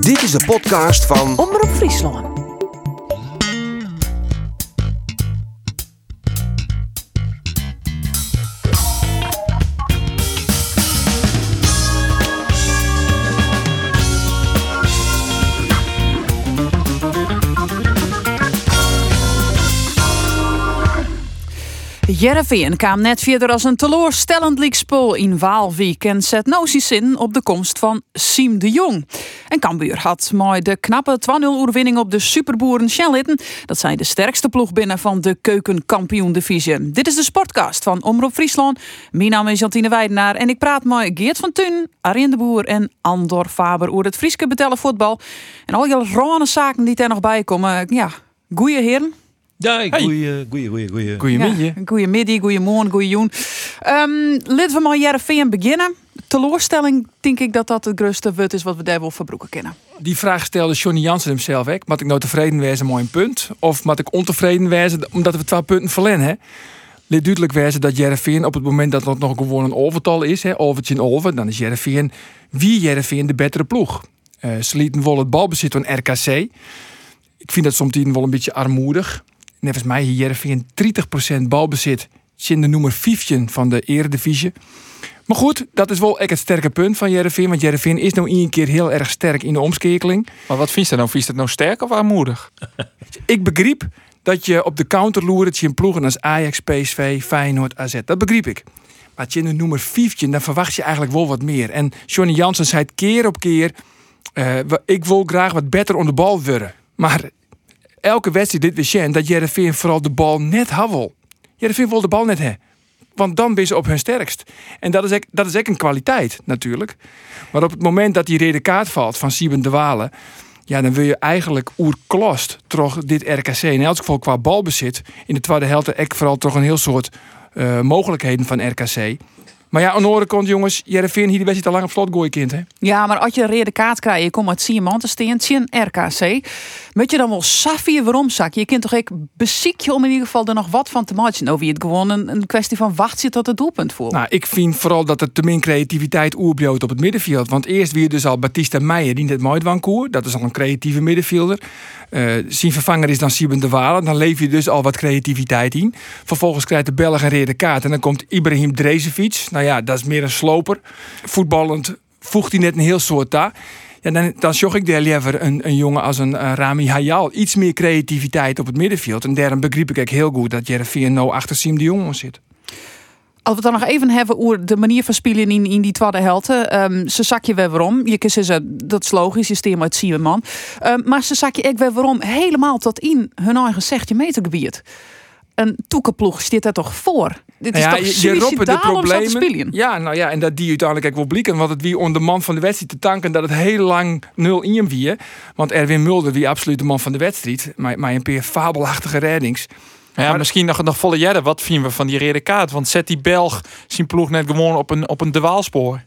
Dit is de podcast van Omroep Friesland. Heerenveen kwam net verder als een teleurstellend leaguespul in Waalwijk en zet nou zijn zin op de komst van Siem de Jong. En Cambuur had mooi de knappe 2-0 oorwinning op de Superboeren Shellitten. Dat zijn de sterkste ploeg binnen van de keukenkampioen-divisie. Dit is de Sportcast van Omroep Friesland. Mijn naam is Jantine Weidenaar en ik praat met Geert van Thun, Arjen de Boer en Andor Faber over het Frieske betellen voetbal. En al die rare zaken die er nog bij komen. Ja, goeie heren. Ja, Goeiemiddag, goeiemorgen, goeiejoen. Laten we maar Heerenveen beginnen. Teleurstelling, denk ik dat het grootste woord is wat we daar wel verbroeken kennen. Die vraag stelde Johnny Jansen hemzelf. Moet ik nou tevreden wezen met een punt? Of moet ik ontevreden wezen omdat we 2 punten verliezen? Laat duidelijk wezen dat Heerenveen op het moment dat het nog gewoon een overtal is, overtje in over, dan is Heerenveen de betere ploeg. Ze lieten wel het balbezit van RKC. Ik vind dat soms wel een beetje armoedig. Nevens mij hier Heerenveen 30% balbezit. In de nummer 15 van de Eredivisie. Maar goed, dat is wel echt het sterke punt van Heerenveen. Want Heerenveen is nou een keer heel erg sterk in de omschakeling. Maar wat vind je nou? Vind je het nou sterk of armoedig? Ik begreep dat je op de counter loert in ploegen als Ajax, PSV, Feyenoord, AZ. Dat begreep ik. Maar als je in de nummer 15, dan verwacht je eigenlijk wel wat meer. En Johnny Jansen zei het keer op keer. Ik wil graag wat beter om de bal worden. Maar elke wedstrijd dit weekend dat Heerenveen vooral de bal net wil. Heerenveen wil de bal net hebben. Want dan ben ze op hun sterkst. En dat is echt een kwaliteit natuurlijk. Maar op het moment dat die rode kaart valt van Sieben de Walen, ja, dan wil je eigenlijk oerklost toch dit RKC. In elk geval qua balbezit. In de tweede helft echt vooral toch een heel soort mogelijkheden van RKC. Maar ja, aan de andere kant, jongens, Heerenveen hier de wedstrijd al lang op slot gooien kind, hè? Ja, maar als je een rode kaart krijgt, je komt uit Siem te staan, zien RKC. Moet je dan wel saffie waarom zak? Je kunt toch echt beziek je om in ieder geval er nog wat van te maken. Nou, wie het gewoon een kwestie van wachten tot het doelpunt voor. Nou, ik vind vooral dat er te min creativiteit oerbloot op het middenveld. Want eerst weer dus al Baptista Meijer, die net mooi wankoer. Dat is al een creatieve middenvelder. Zijn vervanger is dan Sieben de Walen. Dan leef je dus al wat creativiteit in. Vervolgens krijgt de Belg een rode kaart. En dan komt Ibrahim Drezevic. Nou ja, dat is meer een sloper. Voetballend voegt hij net een heel soort daar. Ja, dan zag ik daar liever een jongen als een Rami Hayal. Iets meer creativiteit op het middenveld. En daarom begreep ik heel goed dat Heerenveen nou achter Siem de Jong zit. Als we het dan nog even hebben over de manier van spelen in die tweede helft. Ze zak je weer waarom. Je kunt zeggen, dat is logisch, je steert met Siem man. Maar ze zak je ook weer waarom helemaal tot in hun eigen 16 meter gebied. Een toekenploeg staat daar toch voor? Dit is toch suicidaal de problemen. Ja, nou ja, en dat die uiteindelijk ook wel blikken. Want het wie om de man van de wedstrijd te tanken dat het heel lang 0 in hem wie. Want Erwin Mulder wie absoluut de man van de wedstrijd. Maar een paar fabelachtige reddings. Ja, maar misschien nog volle jaren. Wat vinden we van die rode kaart? Want zet die Belg zijn ploeg net gewoon op een dwaalspoor.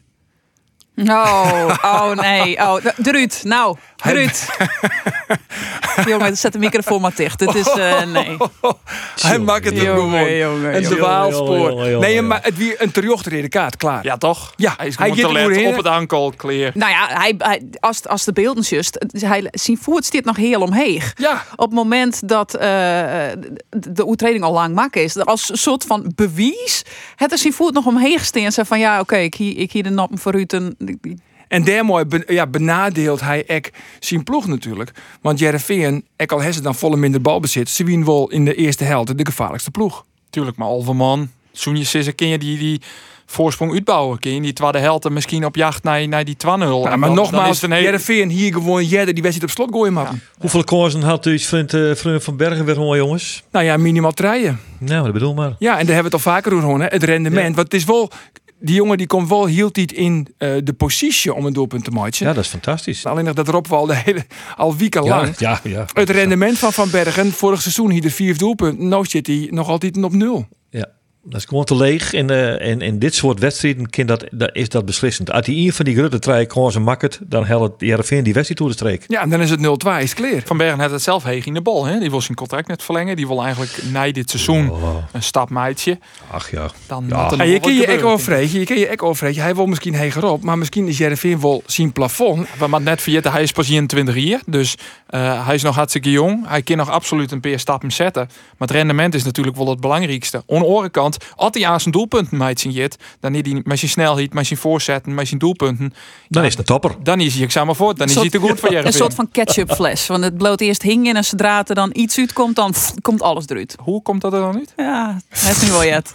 Oh nee. Oh, Druut. Nou, Druut. Jongen, zet de microfoon maar dicht. Het is, nee. Hij maakt het gewoon. Een dwaalspoor. Nee, maar het weer een terjochterede kaart, klaar. Ja, toch? Ja, hij is gewoon te let op het aankool kleer. Nou ja, hij als de beelden just, zijn voet staat nog heel omheeg. Ja. Op het moment dat de oortreding al lang mak is, als soort van bewijs, het is zijn voet nog omheeg staan en zei van ja, oké, ik hier de noppen voor u. En daarmee benadeelt hij ook zijn ploeg natuurlijk. Want Heerenveen, al heeft ze dan volle minder balbezit, ze winnen wel in de eerste helft de gevaarlijkste ploeg. Tuurlijk, maar Olverman, Soenje Sisse, kun je die voorsprong uitbouwen? Kun je in die tweede helft misschien op jacht naar die 2-0? Ja, maar nogmaals, Heerenveen hier gewoon die wedstrijd op slot gooien maken. Ja. Hoeveel kansen had u vriend van Bergen weer gewoon, jongens? Nou ja, minimaal 3. Nou, dat bedoel maar. Ja, en daar hebben we het al vaker over gewoon, het rendement. Ja. Want het is wel, die jongen die komt wel hield niet in de positie om een doelpunt te maken. Ja, dat is fantastisch. Alleen nog dat Rob wel al weken lang. Ja. Het rendement van Bergen, vorig seizoen hier de 4 doelpunten. Nou zit hij nog altijd op 0. Ja. Dat is gewoon te leeg. En in dit soort wedstrijden is dat beslissend. Als die een van die grote trein gewoon ze makkert, dan helpt Heerenveen die wedstrijd toe de streek. Ja, en dan is het 0-2, is klaar. Van Bergen had het zelf heeg in de bal. Hè? Die wil zijn contract net verlengen. Die wil eigenlijk na dit seizoen een stapmeidje. Ach ja. Dan Ja, je kan je ook overvreten. Hij wil misschien heger op, maar misschien is Heerenveen wel zijn plafond. We moeten net vergeten, hij is pas 21 jaar. Dus hij is nog hartstikke jong. Hij kan nog absoluut een paar stappen zetten. Maar het rendement is natuurlijk wel het belangrijkste. Aan de andere kant, als hij aan zijn doelpunten meid dan is hij met zijn snelheid, met zijn voorzetten, met zijn doelpunten. Dan is het een topper. Dan is hij examen voor. Dan is hij te goed voor Heerenveen. Een soort van ketchupfles. Want het bloot eerst hing en als zodra er dan iets uitkomt, dan komt alles eruit. Hoe komt dat er dan uit? Ja, dat is nu wel jet.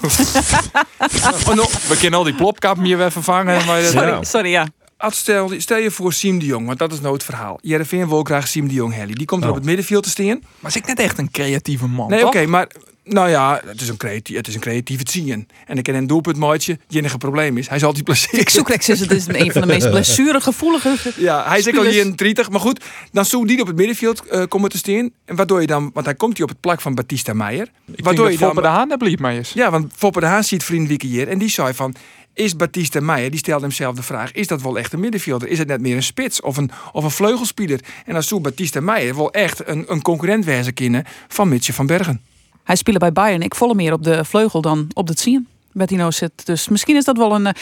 We kunnen al die plopkap hier weer vervangen. Maar Sorry, ja. Stel je voor Siem de Jong, want dat is nou het verhaal. Heerenveen wil graag Siem de Jong Helly. Die komt er op het middenveld te staan. Maar is ik net echt een creatieve man? Nee, toch? oké, maar nou ja, het is een creatieve zien. En ik ken een doelpuntmaatje. Het enige probleem is, hij zal die placeren. Ik zoek rechts, het is een van de meest blessuregevoelige. Ja, hij is ook al hier in 30. Maar goed, dan zou die op het middenveld komen te staan. En wat doe je dan? Want hij komt hier op het plak van Batista Meijer. Wat doe je dan? Foppe de Haan, dat blieft mij eens. Ja, want Foppe de Haan ziet vriendelijke hier. En die zei van, is Batista Meijer, die stelde hemzelf de vraag, is dat wel echt een middenvelder? Is het net meer een spits of een vleugelspeler? En dan zou Batista Meijer wel echt een concurrent wezen kunnen van Mitje van Bergen. Hij speelde bij Bayern. Ik volle meer op de vleugel dan op het zien. Bettino zit. Dus misschien is dat wel een.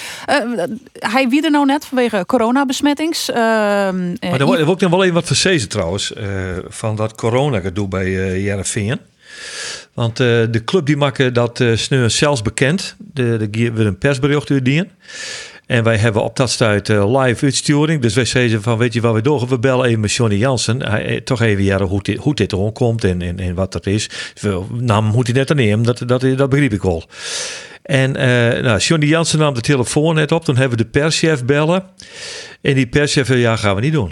Hij wie er nou net vanwege coronabesmettings. Maar er wordt ook nog wel even wat verzezen trouwens. Van dat corona-gedoe bij Heerenveen. Want de club die maken dat sneu zelfs bekend. De weer een persbericht uitdienen. En wij hebben op dat stuit live uitsturing. Dus wij zeiden van, weet je wat we doen? We bellen even met Johnny Jansen. Toch even jaren hoe dit erom komt en wat dat is. Nou, moet hij net aan nemen, dat begreep ik wel. En Johnny Jansen nam de telefoon net op. Toen hebben we de perschef bellen. En die perschef zei, ja, gaan we niet doen.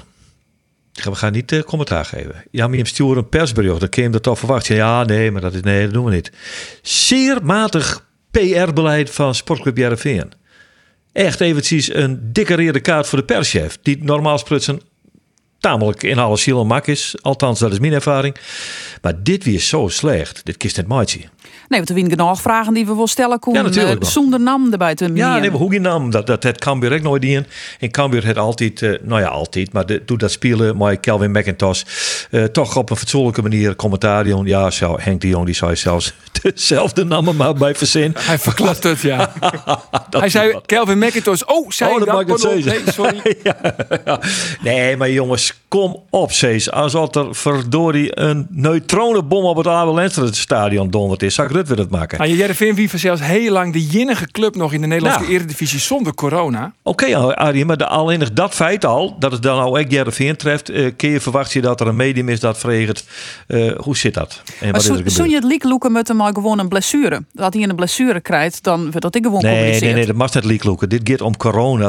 We gaan niet commentaar geven. Ja, maar je stuurt een persbericht. Dan kun je dat toch verwachten. Ja, nee, maar dat doen we niet. Zeer matig PR-beleid van Sportclub Heerenveen. Echt eventjes een dikke rode kaart voor de perschef. Die normaal sprutsen tamelijk in alle ziel en mak is. Althans, dat is mijn ervaring. Maar dit weer zo slecht. Dit kist net maatje. Nee, want er zijn genoeg vragen die we wel stellen konden. Ja, zonder naam erbij te Ja, nee, maar hoe geen naam? Dat het Cambuur ook nooit in. En Cambuur het altijd, altijd, maar doet dat spelen met Kelvin McIntosh toch op een fatsoenlijke manier commentaar doen. Ja, Henk de Jong die zei zelfs dezelfde naam maar bij verzin. Hij verklapt het, ja. Hij zei Kelvin McIntosh. Dat mag ik het zeggen. Nee, sorry. Ja. Nee, maar jongens, kom op, Cees. Alsof er verdorie een neutronenbom op het Abel Lenstra stadion donderd is. Zag Rut weer het maken. Heerenveen wie zelfs heel lang de jinnige club nog in de Nederlandse Eredivisie zonder corona. Oké, Arie, maar alleen dat feit al, dat het dan nou ook Heerenveen treft, kun je verwachten dat er een medium is dat vreegt. Hoe zit dat? En wat zou je het liekloeken met hem maar gewoon een blessure? Dat hij een blessure krijgt, dan wordt dat ik gewoon communiceert. Nee, dat mag niet liekloeken. Dit gaat om corona.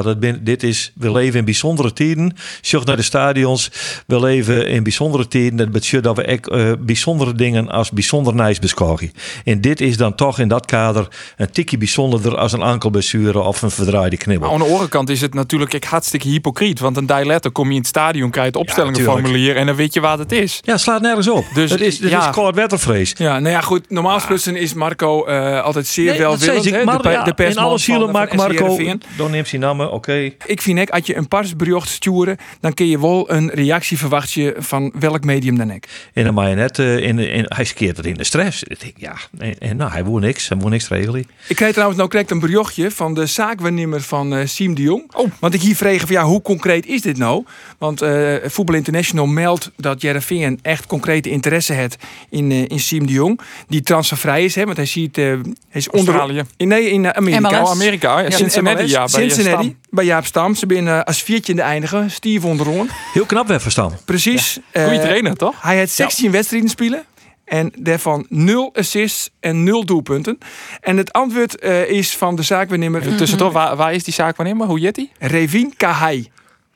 We leven in bijzondere tijden. Zorg naar de stadions. We leven in bijzondere tijden. Dat betekent dat we bijzondere dingen als bijzonder nice beschouwen. En dit is dan toch in dat kader een tikje bijzonderder als een ankelblessure of een verdraaide knibbel. Maar aan de andere kant is het natuurlijk hartstikke hypocriet. Want een dialetter kom je in het stadion, krijg je het opstellingenformulier en dan weet je wat het is. Ja, slaat nergens op. Dus het is kort wettervrees. Ja, nou ja, goed. Normaal gesproken is Marco altijd zeer welwillend. De pers in alle zielen maakt Marco. Dan neemt hij namen, oké. Ik vind ook, als je een persbericht sturen, dan kun je wel een reactie verwachten van welk medium dan ook. En dan mag je net, hij skeert het in de stress. Ik denk, ja, en hij woont niks regelen. Ik kreeg trouwens nou correct een berichtje van de zaakwaarnemer van Siem de Jong. Want ik hier vreeg van, hoe concreet is dit nou? Want Voetbal International meldt dat Heerenveen echt concrete interesse heeft in Siem de Jong. Die transfervrij is, want hij ziet... hij is Australië. In Amerika. MLS. Amerika, ja. Cincinnati, bij Jaap Stam. Ze zijn als 14e eindigen. Steve onderron. Heel knap weer verstaan. Precies. Goeie trainer, toch? Hij had 16 wedstrijden spelen. En daarvan 0 assists en 0 doelpunten. En het antwoord is van de zaakwaarnemer... Tussendoor, waar is die zaakwaarnemer? Hoe heet die? Revin Kahai.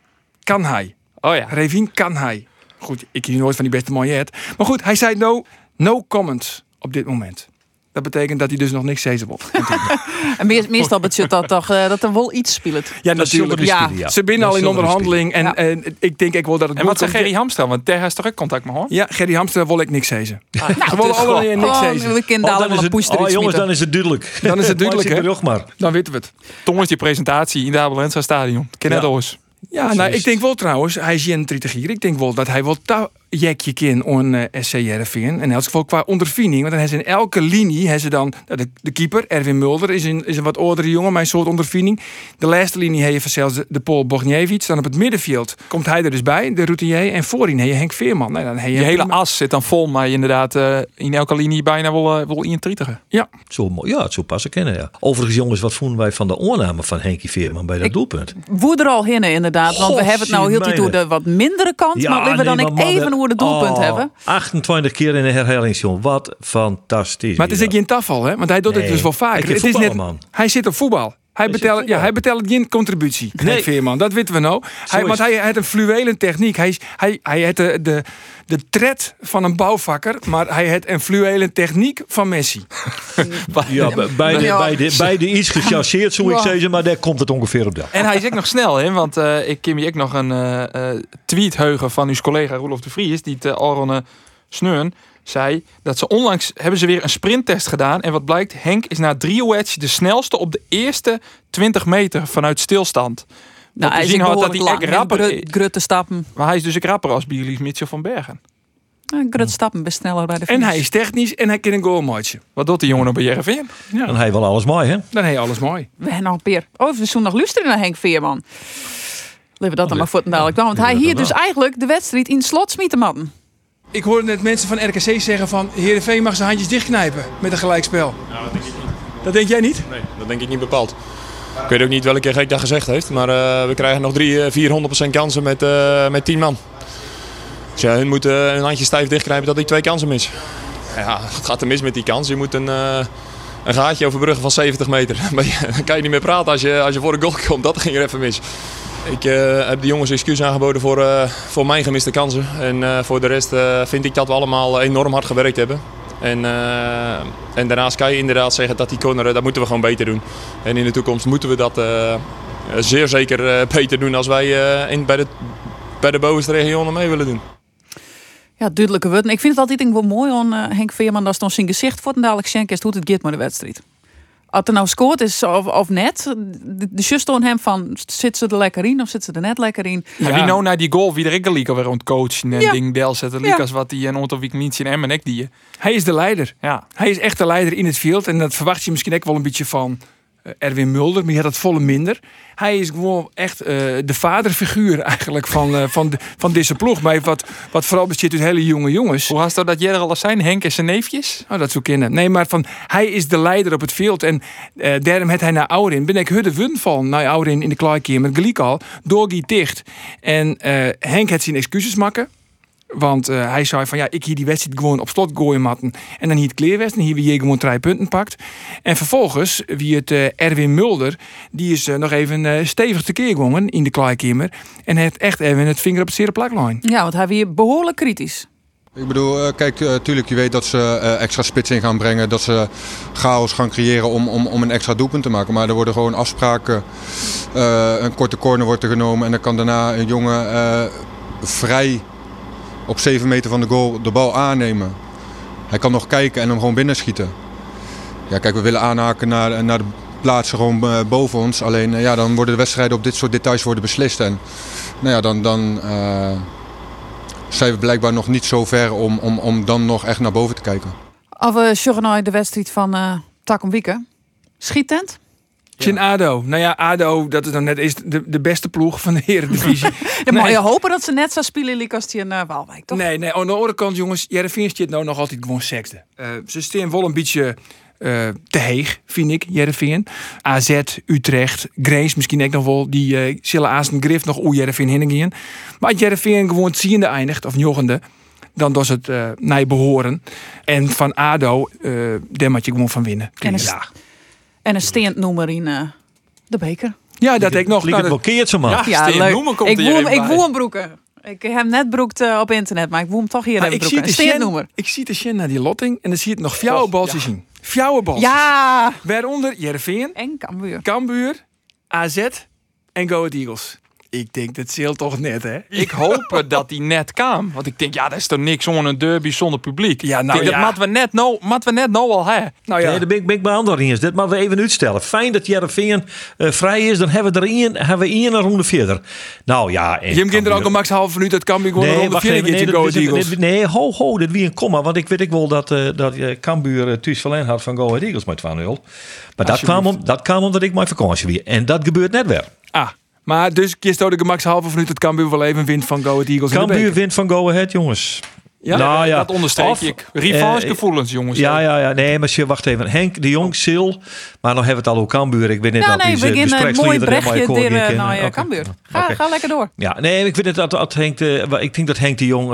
Kanhai. Oh ja. Revin Kanhai. Goed, ik hier nooit van die beste mooie het. Maar goed, hij zei no comments op dit moment. Dat betekent dat hij dus nog niks zezen wordt. En meestal betekent dat toch dat er wel iets speelt. Ja, natuurlijk. Ja. Ze binnen al in onderhandeling. En ik denk wel dat het En wat zegt Gerry Hamstra? Want daar is toch ook contact met hoor? Ja, Gerry Hamstra wil ik niks zezen. Nou, Ze willen allemaal niks zezen. we kunnen daar wel een poes erin jongens, smieten. dan is het duidelijk. Dan is het duidelijk, hè? Maar. Dan weten we het. Toen was die presentatie in het Abelensa Stadion. Ken het oors. Ja, nou, ik denk wel trouwens, hij is 31 hier. Ik denk wel dat hij wel jekje kan on SC Heerenveen. En in elk geval qua ondervinding. Want dan hebben ze in elke linie hebben ze dan de keeper, Erwin Mulder, is een wat oudere jongen, maar een soort ondervinding. De laatste linie heeft je zelfs de Paul Bogniewicz. Dan op het middenveld komt hij er dus bij, de routinier. En voorin heb je Henk Veerman. Nou, dan heb Je hele as zit dan vol, maar inderdaad in elke linie bijna wel 31. Ja. Zo, ja, het zou passen kennen, ja. Overigens, jongens, wat vonden wij van de oorname van Henkie Veerman bij dat doelpunt? Woe er al hinnen, inderdaad. Want we hebben het nou heel tijd door de wat mindere kant. Ja, maar willen we dan nee, ook maar even hoe het doelpunt hebben? 28 keer in de herhalingsjon. Wat fantastisch. Maar het is ook geen tafel, hè? Want hij doet het dus wel vaker. Het is net, man. hij zit op voetbal. Hij betaalt geen contributie. Nee, Veerman, dat weten we nou. Want hij heeft een fluwelen techniek. Hij heeft de tred van een bouwvakker, maar hij heeft een fluwelen techniek van Messi. Ja, beide iets gechargeerd, zou ik zeggen, maar daar komt het ongeveer op dat. En hij is ook nog snel, hè? Want ik ken je ook nog een tweet heugen van uw collega Roelof de Vries, die het Aron Sneun zei dat ze onlangs hebben ze weer een sprinttest gedaan. En wat blijkt, Henk is na 3 wedge de snelste op de eerste 20 meter vanuit stilstand. Nou, hij is dat hij echt rapper grutte stappen. Maar hij is dus ook rapper als Bierlies Mitchell van Bergen. Grutte stappen best sneller bij de finish. En hij is technisch en hij kan een goalmatje. Wat doet die jongen nog bij Heerenveen? Ja. Dan heb je wel alles mooi, hè? Dan heb je alles mooi. We hebben nog een peer. Oh, we zullen nog luisteren naar Henk Veerman. Laten we dat dan maar voor dadelijk doen. Want hij hier dus eigenlijk de wedstrijd in het slot smieten matten. Ik hoorde net mensen van RKC zeggen van Heerenveen mag zijn handjes dichtknijpen met een gelijkspel. Ja, dat denk ik niet. Dat denk jij niet? Nee, dat denk ik niet bepaald. Ik weet ook niet welke keer Geek dat gezegd heeft, maar we krijgen nog 400% kansen met 10 man. Dus ja, hun moeten een handje stijf dichtknijpen dat ik 2 kansen mis. Ja, het gaat er mis met die kans. Je moet een gaatje overbruggen van 70 meter. Maar dan kan je niet meer praten als je voor de goal komt. Dat ging er even mis. Ik heb de jongens excuus aangeboden voor mijn gemiste kansen. En voor de rest vind ik dat we allemaal enorm hard gewerkt hebben. En daarnaast kan je inderdaad zeggen dat die corner, dat moeten we gewoon beter doen. En in de toekomst moeten we dat zeer zeker beter doen als wij bij de bovenste regionen mee willen doen. Ja, duidelijke woorden. Ik vind het altijd wel mooi aan Henk Veerman dat dan zijn gezicht voor en dadelijk Schenkest hoe het gaat met de wedstrijd. Als er nou scoort is of net, de just aan hem van zit ze er lekker in of zit ze er net lekker in. Ja. Wie nou naar die goal wie er ook alweer rond coachen en ding del zetten als wat die een aantal week niet in en ik die. Hij is de leider. Ja. Hij is echt de leider in het veld en dat verwacht je misschien ook wel een beetje van Erwin Mulder, maar die had dat volle minder. Hij is gewoon echt de vaderfiguur eigenlijk van deze ploeg. Maar wat vooral bestaat uit hele jonge jongens. Hoe haast dat jij er al zijn? Henk en zijn neefjes? Oh, dat zou kennen. Nee, maar hij is de leider op het veld. En daarom heeft hij naar Aurin. Ben ik de wun van naar Aurin in de kleedkamer met gelijk al. Doorgie dicht. En Henk had zijn excuses maken. Want hij zei van ja, ik hier die wedstrijd gewoon op slot gooien matten. En dan hier het kleerwest. En hier wie je gewoon 3 punten pakt. En vervolgens wie het Erwin Mulder. Die is nog even stevig tekeer gegaan in de kleedkamer. En heeft echt even het vinger op het zere plaklijn. Ja, want hij weer behoorlijk kritisch. Ik bedoel, kijk, tuurlijk, je weet dat ze extra spits in gaan brengen. Dat ze chaos gaan creëren om een extra doelpunt te maken. Maar er worden gewoon afspraken. Een korte corner wordt er genomen. En dan kan daarna een jongen vrij op 7 meter van de goal de bal aannemen. Hij kan nog kijken en hem gewoon binnenschieten. Ja, kijk, we willen aanhaken naar de plaatsen gewoon boven ons. Alleen dan worden de wedstrijden op dit soort details beslist. En nou ja, dan zijn we blijkbaar nog niet zo ver om dan nog echt naar boven te kijken. Of we zorgen de wedstrijd van Takom Wieke. Schietent? In ADO. Nou ja, ADO, dat is dan net de beste ploeg van de Eredivisie. Dan moet je hopen dat ze net zo spelen als die in Waalwijk, toch? Nee. Aan de andere kant, jongens, Heerenveen zit nou nog altijd gewoon sekste. Ze staan wel een beetje te heeg, vind ik, Heerenveen. AZ, Utrecht, Grace misschien ook nog wel. Die zullen aan zijn grif nog Heerenveen heen gaan. Maar als Heerenveen gewoon 10e eindigt, of 9e, dan was het naar behoren. En van ADO, daar moet je gewoon van winnen. En een steentnoemer in de beker. Ja, dat ik nog. Het blokkeert zo man. Ja, leuk. Ik woe hem broeken. Ik heb hem net broekt op internet, maar ik woe hem toch hier even broeken. Ik zie de Sjen naar die lotting en dan zie je het nog fjouwe baltjes zien. Fjouwerbals. Ja! Waaronder Heerenveen, En Cambuur. Cambuur, AZ en Go Ahead Eagles. Ik denk dat zeelt toch net, hè? Ik hoop dat die net kwam. Want ik denk, ja, dat is toch niks zonder een derby zonder publiek. Ja, nou ik denk, ja. dat moeten we net nou al hè. Nou ja, Nee, daar ben ik bij ander eens. Dit moeten we even uitstellen. Fijn dat Heerenveen vrij is. Dan hebben we één ronde verder. Nou ja. je begint er ook al max half minuut uit Cambuur gewoon een ronde vierde keertje Go Ahead Eagles. Nee, ho, dit wie een komma. Want ik weet wel dat Cambuur thuis verlenen had van Go Ahead Eagles met 2-0. Maar dat kwam omdat ik mijn vakantie weer. En dat gebeurt net weer. Ah, maar dus kiest ook de max halve minuut het Cambuur wel even wint van Go Ahead Eagles. in de Cambuur beker. wint van Go Ahead, jongens. Ja? Nou ja. Dat onderstreep Of, ik. Revanchegevoelens, jongens. Ja. Nee, maar wacht even. Henk de Jong, Sil. Maar dan hebben we het al over Cambuur. Ik weet niet Ja, dat nee, die we beginnen een mooi brechtje naar Oké. Cambuur. Oké. Ga lekker door. Ja, nee, ik weet het dat Henk. Ik denk dat Henk de Jong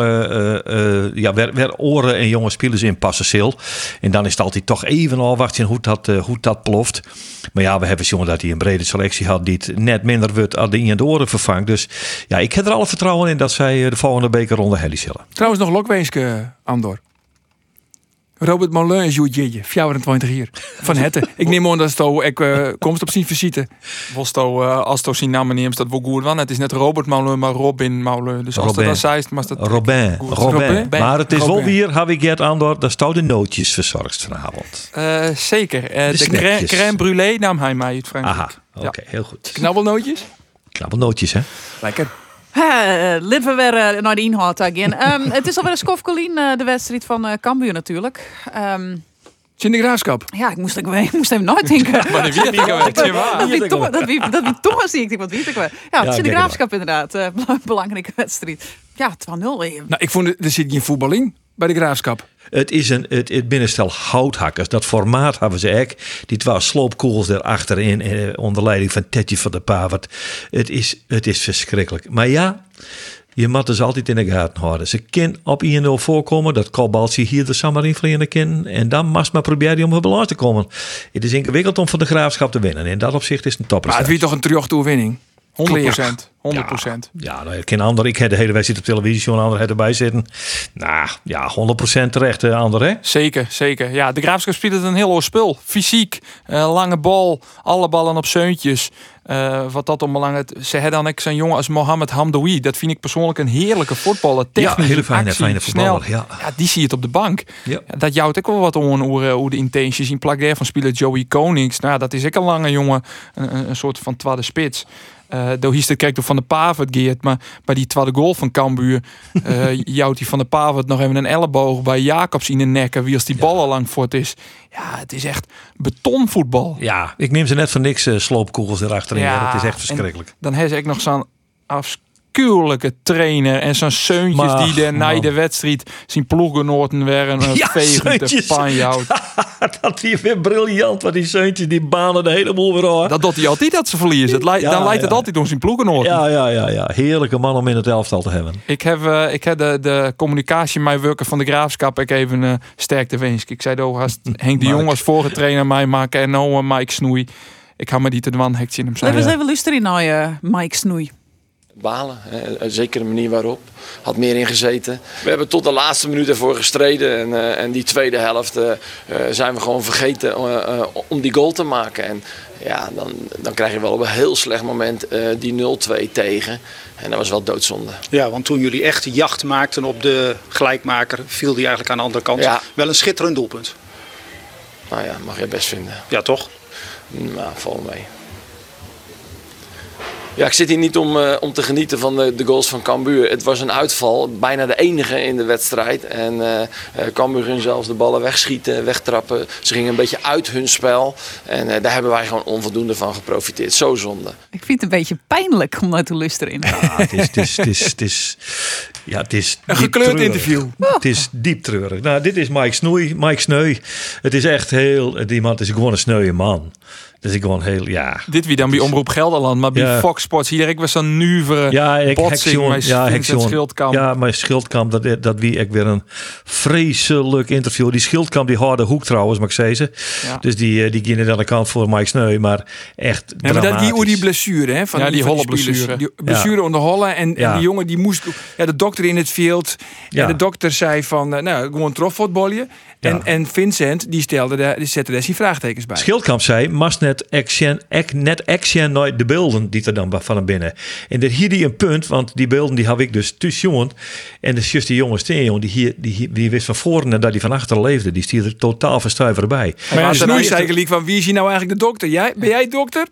weer oren en jonge spelers inpassen sil. En dan is het altijd toch even afwachten hoe dat ploft. Maar ja, we hebben jongen dat hij een brede selectie had die het net minder wordt als die in de oren vervangt. Dus ja, ik heb er alle vertrouwen in dat zij de volgende bekerronde heli zullen. Trouwens nog Lokweenske, Andor. Robert Moulin is Joetje, 24 hier. Van Hetten. Ik neem aan dat het komst op zijn visite. Als het zijn naam neemt, dat wel goed was. Het is net Robert Moulin, maar Robin Moulin. Dus als dat zei, maar dat Robin. Robin. Maar het is wel Robin. weer, heb ik het Andor, daar staan de nootjes verzorgd vanavond. zeker. De snackjes. crème brûlée nam hij mij uit Frankrijk. Aha, oké, heel goed. Knabbelnootjes? Knappe nootjes, hè? Lekker. Laten we weer naar de inhoud gaan. Het is alweer een skofkolien, de wedstrijd van Cambuur natuurlijk. In de Graafschap. Ja, ik moest even nadenken. Maar die weet ik wel. Het is waar. Dat wie toch zie ik denk, wat weet ik wel. Ja, het is in de kijk Graafschap inderdaad. Belangrijke wedstrijd. Ja, 2-0. Nou, ik vond er zit geen voetbal in bij de Graafschap. Het is het binnenstel houthakkers. Dat formaat hebben ze ook. Die 2 sloopkoels erachterin onder leiding van Tetje van der Pavert. Het is verschrikkelijk. Maar ja, je moet dus altijd in de gaten houden. Ze kan op 1-0 voorkomen. Dat kopbaltje hier de Samarin vliegen kan. En dan mag maar proberen om op balans te komen. Het is ingewikkeld om van de Graafschap te winnen. In dat opzicht is het een topper. Maar het wie toch een terugtoewenning? 100%. 100%. Ja, nou, ik ken ander. Ik heb de hele wedstrijd op televisie, een ander had erbij zitten. Nou, ja, 100% terecht, ander, hè? Zeker. Ja, de Graafschap speelt het een heel hoog spul. Fysiek, lange bal, alle ballen op zeuntjes. Wat dat onbelangrijk is. Ze hebben dan ook zo'n jongen als Mohamed Hamdoui. Dat vind ik persoonlijk een heerlijke voetballer. Technisch, Ja, hele fijne voetballer. snel. Ja. Ja, die zie je het op de bank. Ja. Dat jouwt ook wel wat hoe de intenties in plak daar van speler Joey Konings. Nou, dat is ook een lange jongen. Een soort van tweede spits. Door hier kijkt door Van der Pavert geert, maar bij die tweede goal van Cambuur jouwt die Van der Pavert nog even een elleboog bij Jacobs in de nek wie als die bal al lang voort is. Ja, het is echt betonvoetbal. Ja, ik neem ze net van niks sloopkoels erachterin. Ja, Het is echt verschrikkelijk. Dan heeft ze ook nog zo'n afschuwelijke trainer en zo'n zeuntjes Maar, die na man. de wedstrijd zijn ploeggenoten werden Ja, vegen te zeuntjes. panjouwt. Dat is weer briljant, want die zeuntjes die banen de hele boel weer aan. Dat doet hij altijd dat ze verliezen. Dan leidt het altijd om zijn ploeggenoten. Ja. Heerlijke man om in het elftal te hebben. Ik heb de communicatie met werken van de Graafschap ik even sterk te wensen. Ik zei ook als Henk de Jong als vorige trainer mij maken en nou Mike Snoei. Ik ga me die te de man hekje in hem Laten zijn. we eens even luisteren naar Mike Snoei. Balen, zeker de manier waarop. Had meer ingezeten. We hebben tot de laatste minuut ervoor gestreden. En die tweede helft zijn we gewoon vergeten om die goal te maken. En ja, dan krijg je wel op een heel slecht moment die 0-2 tegen. En dat was wel doodzonde. Ja, want toen jullie echt jacht maakten op de gelijkmaker, viel die eigenlijk aan de andere kant. Ja. Wel een schitterend doelpunt. Nou ja, mag je best vinden. Ja, toch? Nou, val mee. Ja, ik zit hier niet om te genieten van de goals van Cambuur. Het was een uitval, bijna de enige in de wedstrijd. En Cambuur ging zelfs de ballen wegschieten, wegtrappen. Ze gingen een beetje uit hun spel. En daar hebben wij gewoon onvoldoende van geprofiteerd. Zo zonde. Ik vind het een beetje pijnlijk om naar te luisteren. Ja, het is Een diep gekleurd treurig. interview. Het is diep treurig. Nou, dit is Mike Sneu. Die man is gewoon een sneuwe man. Dus ik gewoon heel, ja. Dit wie dan bij Omroep Gelderland, maar bij Fox Sports hier ik was zo'n nuvere botsing met Vincent Schildkamp. Ja, maar Schildkamp, dat wie ik weer een vreselijk interview. Die Schildkamp, die harde hoek trouwens, maar ik zei ze. Ja. Dus die gingen aan de kant voor Mike Sneu, maar echt maar dat die over die blessure, hè? Van die holle blessure. Die blessure onder hollen en die jongen die moest, de dokter in het veld. En de dokter zei van, gewoon trofvoetballen. Ja. En Vincent, die zette daar zijn vraagtekens bij. Schildkamp zei, mast net action nooit de beelden die er dan van hem binnen. En dat hier die een punt, want die beelden die heb ik dus tussen jongen. En dus just die jongen steen, die wist van voren dat hij van achter leefde. Die stierde er totaal verstuiver bij. Maar Snoei zei gelijk van, wie is hier nou eigenlijk de dokter? Ben jij dokter?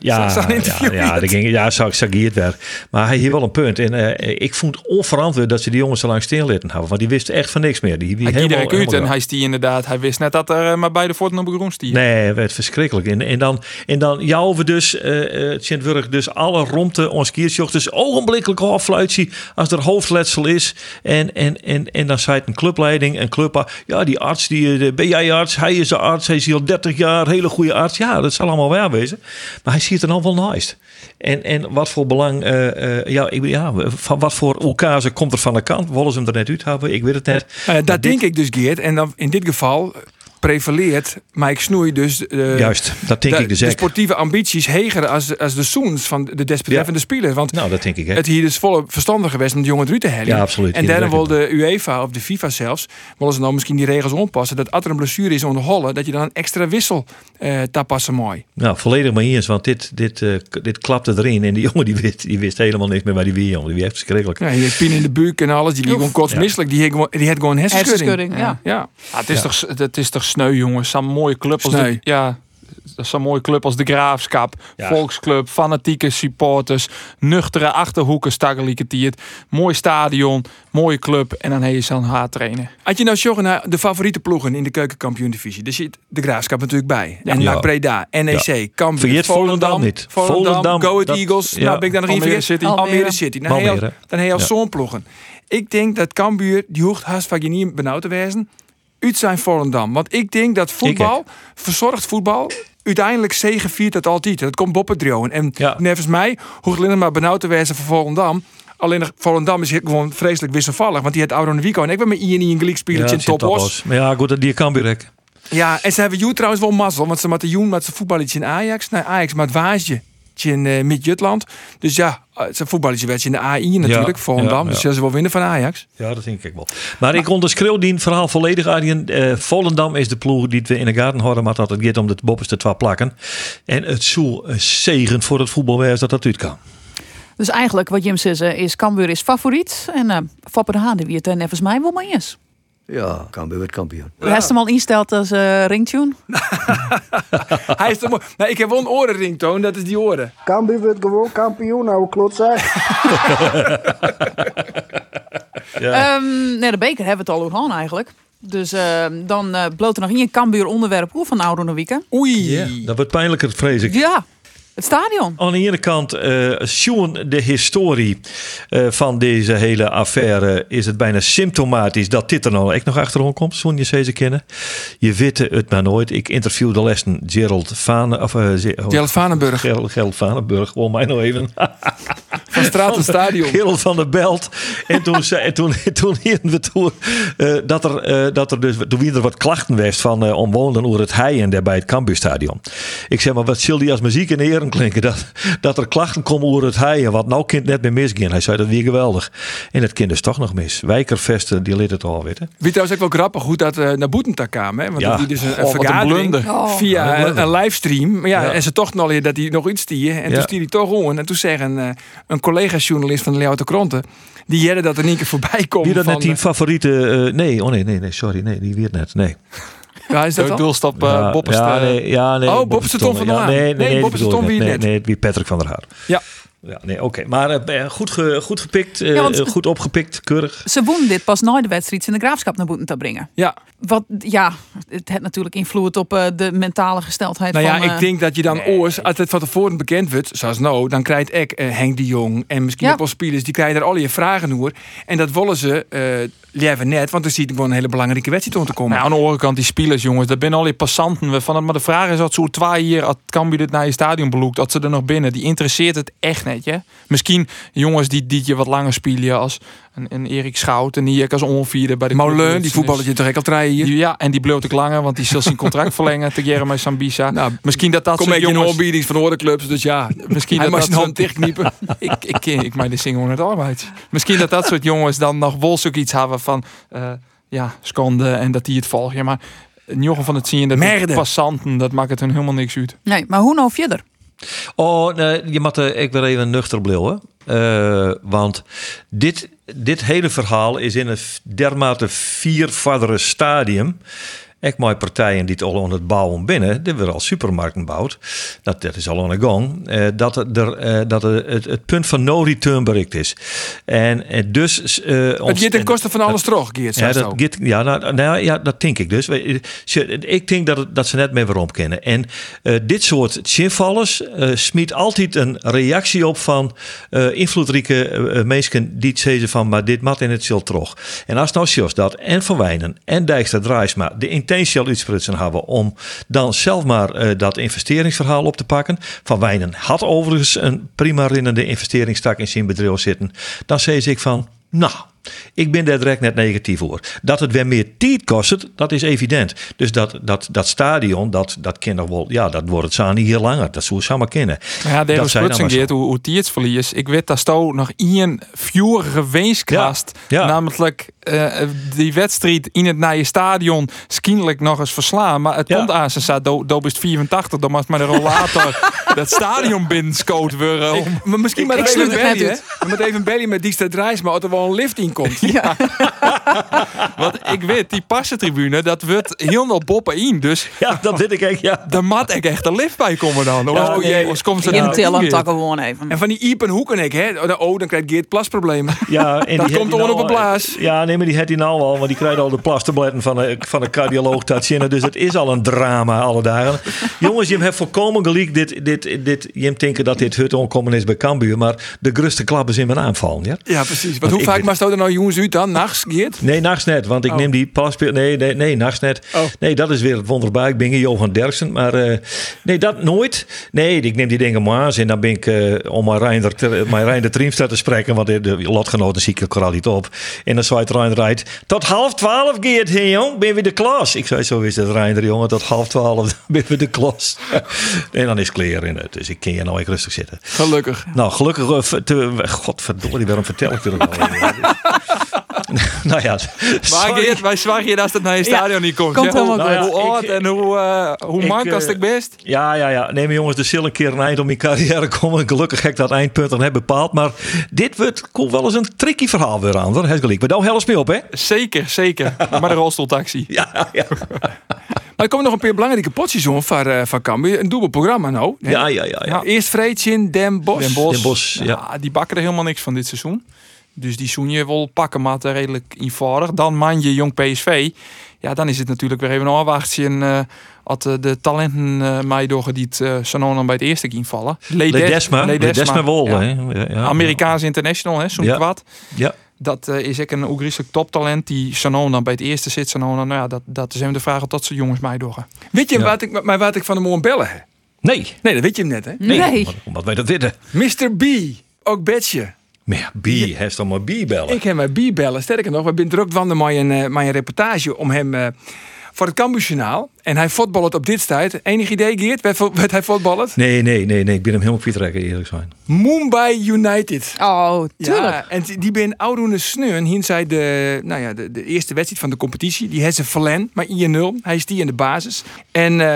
Zag ik het weer. Maar hij hier wel een punt. En ik vond onverantwoord dat ze die jongens zo lang stil lieten houden. Want die wisten echt van niks meer. Hij helemaal uit en hij stie inderdaad. Hij wist net dat er maar bij de voeten op de grond stier. Nee, het werd verschrikkelijk. En dan jouwen dus Sint-Wurg dus alle romte ons kiersjochters ogenblikkelijk afluitje als er hoofdletsel is. En dan zei het een clubleiding, een club. Ja, die arts, ben jij arts? Hij is de arts. Hij is hier al 30 jaar, hele goede arts. Ja, dat zal allemaal waar wezen. Maar hij ziet er dan wel naast. En wat voor belang, van wat voor elkaar komt er van de kant? Willen ze hem er net uit hebben? Ik weet het net. Dat denk ik dus, Geert. En dan in dit geval prevaleert Mike Snoei dus juist, dat denk ik dus de sportieve ambities heger als de zoens van de desbetreffende spelers. Want dat denk ik. Hè. Het hier is volle verstandig geweest om de jongen eruit te halen. Ja, absoluut. En daarom wil de UEFA of de FIFA zelfs, willen ze nou misschien die regels aanpassen, dat als er een blessure is onder hollen, dat je dan een extra wissel tapassen mooi. Nou, volledig maar eens, want dit klapte erin en die jongen die wist helemaal niks meer waar die weer, jongen. Die werd verschrikkelijk. Ja, je pien in de buik en alles, die gewoon kotsmisselijk. Die had gewoon hersenschudding. Ja. Het is toch sneu, jongens. Zo'n mooie club als zo'n mooie club als de Graafschap, Volksclub, fanatieke supporters, nuchtere achterhoeken, staggeliekertiert, mooi stadion, mooie club en dan heb je zo'n haattrainen. Had je nou zorgen naar de favoriete ploegen in de keukenkampioen-divisie? Er zit de Graafschap natuurlijk bij. Ja. En NAC Breda, NEC, Cambuur, Volendam niet. Volendam, Go Ahead Eagles. Nou ben ik dan nog even vergeten. Almere City. Dan heb je al zo'n ploegen. Ik denk dat Cambuur, die hoeft haast van je niet benauwd te wezen, uit zijn Volendam. Want ik denk dat voetbal, verzorgd voetbal, uiteindelijk zegeviert dat altijd. Dat komt boppendrioen. En nevens mij hoeft alleen maar benauwd te wezen voor Volendam. Alleen Volendam is gewoon vreselijk wisselvallig. Want die had Oude Wico en ik ben met Ian een gelijkspielertje in Topos. Maar ja, goed, dat die Cambuur. Ja, en ze hebben jou trouwens wel mazzel. Want ze met de Joen met zijn voetballetje in Ajax. Nou, Ajax met Waasje in Mid-Jutland. Dus ja, zijn voetballetje werd in de AI natuurlijk, Volendam. Dus ze wel winnen van Ajax. Ja, dat denk ik wel. Maar ik onderschreeuw die verhaal volledig, Arjen. Volendam is de ploeg die we in de gaten houden, maar dat het gaat om de bopperste 2 plakken. En het zou een zegen voor het voetbalwezen dat dat uit kan. Dus eigenlijk, wat Jim zegt, is Cambuur is favoriet. En Foppe de Haan, die het nevens mij wel maar is. Ja, Cambuur wordt kampioen. Hij heeft hem al insteld als ringtune. Hij is toch mooi. Nou, ik heb wel een orenringtoon, dat is die oren. Cambuur wordt gewoon kampioen, nou klotzak. De beker hebben we het al over eigenlijk. Dus dan bloot er nog in Cambuur onderwerp hoe van Oude Wieken. Oei. Yeah, dat wordt pijnlijker, vrees ik. Ja. Het stadion. Aan de ene kant, zien de historie van deze hele affaire, is het bijna symptomatisch dat dit er nou echt nog achterom komt. Zo'n je ze kennen. Je weet het maar nooit. Ik interviewde lessen Gerald Vanenburg. Gerald Vanenburg, gewoon mij nog even. Van Stratenstadion. Gerald van der Belt. En toen hierden we toe dat er dus, toen wie er wat klachten was van omwonenden over het heien daar bij het Cambuurstadion. Ik zeg maar, wat zul die als muziek in de eren klinken dat er klachten komen over het heien, wat nou kind net meer misging. Hij zei dat weer geweldig. En het kind is toch nog mis. Wijkervesten, die liet het al weten. Wie trouwens ook wel grappig hoe dat naar Boetentag kwam. Hè? Want die dus een vergadering via een livestream. Maar en ze toch nog dat hij nog iets stier. En toen stier hij toch om. En toen zeggen een collega-journalist van de Leeuwarden Kranten, die hadden dat er niet keer voorbij komt. Wie dat net die favoriete... nee, sorry. Nee, die weet net. Nee. Ja, is dat dan? Doelstap Bopperste. Nee. Oh, Bopperste Tom van der Haan. Nee, Bopperste Tom wie net. Nee, wie Patrick van der Haar. Ja. Ja, nee, oké. Maar goed gepikt, want goed opgepikt, keurig. Ze wonnen dit pas na de wedstrijd in de Graafschap naar boeten te brengen. Ja. Wat, ja, het heeft natuurlijk invloed op de mentale gesteldheid Nou ja, van... ik denk dat je dan oors, als het van tevoren bekend wordt, zoals nou, dan krijgt ik Henk de Jong en misschien ook wel spelers, die krijgen er al je vragen over. En dat willen ze liever net, want dan zie je gewoon een hele belangrijke wedstrijd om te komen. Nou, aan de andere kant, die spelers, jongens, dat zijn al die passanten. Maar de vraag is, als zo 2 jaar, als Cambuur dit naar je stadion beloekt, dat ze er nog binnen, die interesseert het echt net, ja? Misschien jongens die je wat langer spelen als een Erik Schout en die als onvierde bij de Molen, die voetballetje direct al draaien hier. Ja, en die bleef ook langer, want die zal zijn contract verlengen te Jeremy Sambisa. Nou, misschien dat kom soort je jongens... een aanbieding van de clubs, dus ja, misschien hij dat mag zijn hand soort... dichtkniepen. ik maak de single het arbeid. Misschien dat soort jongens dan nog wel zoiets hebben van schande en dat die het volgen. Maar een jongen van het zien dat die passanten, dat maakt het hun helemaal niks uit. Nee, maar hoe nou verder? Oh, nee, je moet ik weer even nuchter blijven. Want dit hele verhaal is in een dermate viervoudige stadium. Ik maak partijen die het al aan het bouwen binnen, die weer al supermarkten bouwt. Dat is al aan de gang. Dat het punt van no return bereikt is. En dus. Het gaat ten koste van alles terug, Geert. Ja, dat denk ik dus. Ik denk dat ze net mee weer omkennen. En dit soort chinvallers smiet altijd een reactie op van invloedrijke mensen die zeggen van, maar dit mat in het zil terug. En als nou Jos dat en Van Wijnen en Dijkstra Draaisma de intentie uitsprutsen hebben om dan zelf maar dat investeringsverhaal op te pakken. Van Wijnen had overigens een prima rinnende investeringstak in zijn bedrijf zitten. Dan zei ik van, nou, ik ben daar direct net negatief voor. Dat het weer meer tijd kost, dat is evident. Dus dat stadion, dat kan nog wel, ja, dat wordt het zo niet heel langer. Dat zou je samen kennen. Maar ja, deze splitsing geeft hoe tijdsverlies. Ik weet dat Sto nog één vurige weeskast, namelijk die wedstrijd in het nieuwe stadion, schienlijk nog eens verslaan. Maar het komt aan, ze zei, doop is 84, dan mag maar de rollator dat stadion binnenscoot worden. Maar misschien maar even bellen, hè? We moeten even bellen met Dijkstra Draaisma, als er wel een lift in komt. Ja. Want ik weet, die passentribune, dat wordt heel nog boppen in. Dus ja, dat weet ik echt, ja. Daar moet ik echt een lift bij komen dan. Oh jee, je tillen tak gewoon even. En van die Iepen Hoeken, dan krijgt Geert plasproblemen. Ja, en dat komt gewoon op een blaas. Ja, nee, maar die heeft hij nou al, want die krijgt al de plastabletten van een cardioloog Tatjana. Dus het is al een drama alle dagen. Jongens, je hebt volkomen gelijk. Je denken dat dit het onkomen is bij Cambuur, maar de grootste klap is in mijn aanval. Ja, precies. Want hoe vaak maakt er nou jongens uit dan? Nachts, Geert? Nee, nachts net, want ik neem die plaspeel. Nee, nachts net. Oh. Nee, dat is weer het wonderbaar. Ik ben geen Johan Derksen, maar nee, dat nooit. Nee, ik neem die dingen maar aan en dan ben ik om mijn Reinder Triemstra te spreken, want de lotgenoten zie ik er al niet op. En dan zwaait Reinder rijdt. Tot 11:30, Geert, hé jong, ben weer de klas. Ik zei, zo is het Reinder, jongen, tot 11:30 ben weer de klas. En dan is het klaar in het, dus ik kan je nou even rustig zitten. Gelukkig. Nou, gelukkig. Godverdorie, waarom vertel ik er nog nou ja, maar Geert, wij zwagen je dat het naar je stadion niet komt. Komt helemaal goed. Hoe oud en hoe mank als ik best? Ja. Nee, maar jongens, er zal een keer een eind om mijn carrière komen. Gelukkig heb ik dat eindpunt dan heb bepaald. Maar dit komt wel eens een tricky verhaal weer aan. Maar nou helft me op, hè? Zeker. Maar de rolstoeltaxi. Ja. Maar er komen nog een paar belangrijke potjes van Cambuur. Een dubbel programma nou. Ja. Eerst Vreetjen, Den Bosch. Ja, die bakken er helemaal niks van dit seizoen. Dus die zoen je wel pakken, maar redelijk eenvoudig. Dan man je jong PSV. Ja, dan is het natuurlijk weer even een afwachtje. Als de talenten mij door die het zo bij het eerste invallen. Ledesma Wol. Ja. Amerikaans international, hè, zo'n kwad. Ja. Dat is ook een Oegrieselijk toptalent die Sanon dan bij het eerste zit. Sanon, nou ja, dat is hem de vraag tot ze jongens mij door. Weet je wat ik van hem moet bellen heb? Nee, dat weet je hem net, hè? Nee. Wat wij dat weten. Mr. B, ook Betje. Maar B, heeft dan maar B bellen. Ik heb maar B bellen. Sterker nog, we zijn druk van mijn reportage om hem voor het Cambuurjournaal. En hij voetballt op dit tijd. Enig idee, Geert? Werd hij voetballen? Nee. Ik ben hem helemaal kwijtrekken, eerlijk zijn. Mumbai United. Oh, tuurlijk. Ja, en die ben oudoende sneun. Hier zei de eerste wedstrijd van de competitie. Die heeft ze verlen, maar 1-0. Hij is die in de basis. En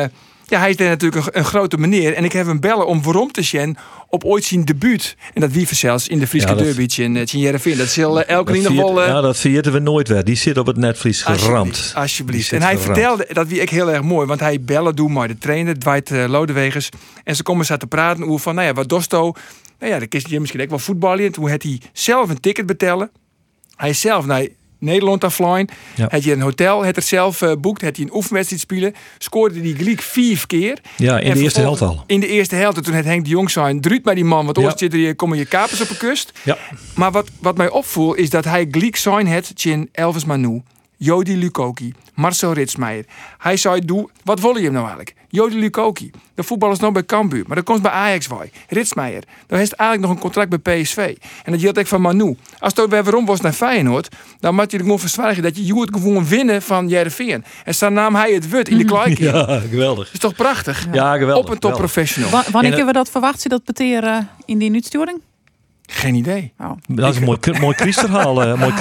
Ja, hij is daar natuurlijk een grote meneer. En ik heb hem bellen om waarom te zien op ooit zijn debuut. En dat wie zelfs in de Friese derby in Heerenveen. Dat zal elke in ieder geval... Ja, dat vergeten we nooit weer. Die zit op het netvlies geramd. Alsjeblieft. En hij vertelde, dat wie ik heel erg mooi. Want hij bellen doet maar de trainer, Dwight Lodewegers. En ze komen zo te praten over van, nou ja, wat dosto... Nou ja, dan kiest je misschien ook wel voetballen. Toen had hij zelf een ticket betalen. Hij is zelf naar Nederland afvlogen. Ja. Had je een hotel, had er zelf boekt. Had hij een oefenwedstrijd spelen. Scoorde die gelijk 4 keer. Ja, in de eerste helft al. In de eerste helft. Toen had Henk de Jong zijn druut bij die man. Want ooit zitten hier, komen je kapers op de kust. Ja. Maar wat mij opvoel is dat hij gelijk zijn had in Elvis Manu, Jody Lukoki, Marcel Ritsmeijer. Hij zei, doe, wat wil je hem nou eigenlijk? Jody Lukoki, de voetballer is nog bij Cambuur, maar dat komt bij Ajax bij. Ritsmeijer, dan heeft eigenlijk nog een contract bij PSV. En dat geldt ook van Manu. Als het weer waarom was naar Feyenoord, dan moet je er gewoon verzwijgen dat je het gewoon winnen van Heerenveen. En zo nam hij het wut in de kleike. Ja, geweldig. Dat is toch prachtig? Ja, geweldig. Op een top professional. Wanneer kunnen we dat verwachten? Zie dat beteren in die uitsturing? Geen idee. Oh. Dat is een mooi Kriesverhaal.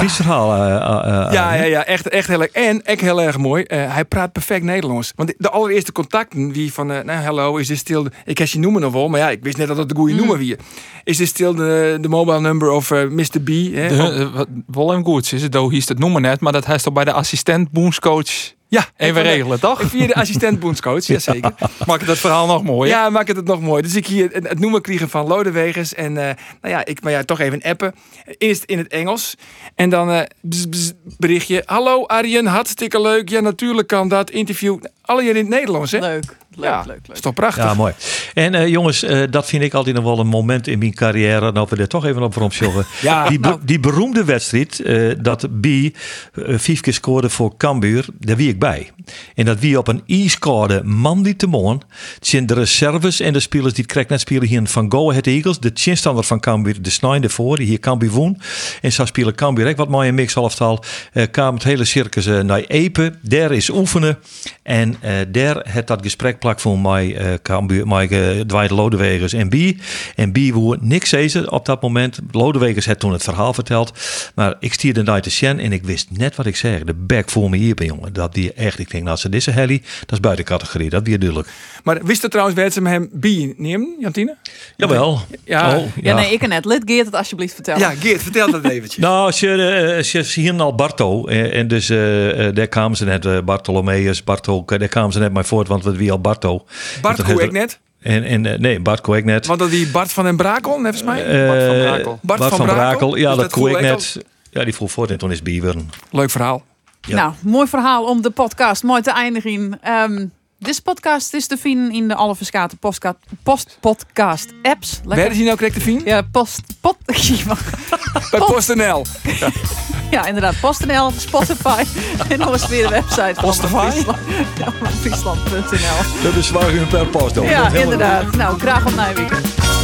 Ja, echt heel erg. En ook heel erg mooi. Hij praat perfect Nederlands. Want de allereerste contacten wie van, hallo, is dit stil? Ik heb je noemen nog wel, maar ja, ik wist net dat het de goede noemer wie. Is dit stil de mobile number of Mr. B? Wel en goed, is het doe hier het noemen net, maar dat hij is toch bij de assistent boomscoach. Ja, even regelen, toch? Via de assistent bondscoach, jazeker. Maak het verhaal nog mooi. Ja, maak het nog mooi. Dus ik hier het noemen kregen van Lodewegers. En ik toch even appen. Eerst in het Engels. En dan berichtje. Hallo Arjen, hartstikke leuk. Ja, natuurlijk kan dat. Interview. Alle in het Nederlands, hè? Leuk. Is toch prachtig? Ja, mooi. En jongens, dat vind ik altijd nog wel een moment in mijn carrière. Nou, we er toch even op rondjoggen. Die beroemde wedstrijd dat B 5 keer scoorde voor Cambuur, daar wie ik bij. En dat wie op een e-scoorde man die te moon. Zijn de reserves en de spelers die het krijgt net spelen hier van Go Ahead Eagles. De chinstander van Cambuur, de snijde voor, die hier Cambuur woon. En zo spelen Cambuur ook wat mooi in mixhalftal. Kwam het hele circus naar Epe. Daar is oefenen. En daar had dat gesprek plak voor mij Dwight Lodewegers en B. En B woer niks zezen op dat moment. Lodewegers had toen het verhaal verteld. Maar ik stierde naar de Sjen en ik wist net wat ik zeg. De back voor me hier, jongen. Dat die echt, ik denk, nou, ze deze Helly, dat is buiten categorie. Dat weer duidelijk. Maar wist er trouwens werd ze hem B nemen, Jantine? Jawel. Ja. Nee, ik net. Let Geert het alsjeblieft vertellen. Ja, Geert, vertel dat eventjes. Nou, ze hier al Barto. En dus daar kwamen ze net, Bartolomeus, Bartol, daar kwamen ze net maar voort, want we wie al Barto. Bart koe ik net? Nee, Bart koe ik net. Want dat die Bart van den Brakel, volgens mij? Bart van Brakel, ja, dat koe ik net. Ja, die vroeg voort en toen is bieren. Leuk verhaal. Ja. Nou, mooi verhaal om de podcast mooi te eindigen. Deze podcast is te vinden in de alle verschillende podcast apps. Waar is hij nou correct te vinden? Ja, bij PostNL. Ja, inderdaad. PostNL, Spotify en nog eens weer de website van Friesland.nl. Dat is waar u per post. Ja, inderdaad. Nou, graag op Nijweekend.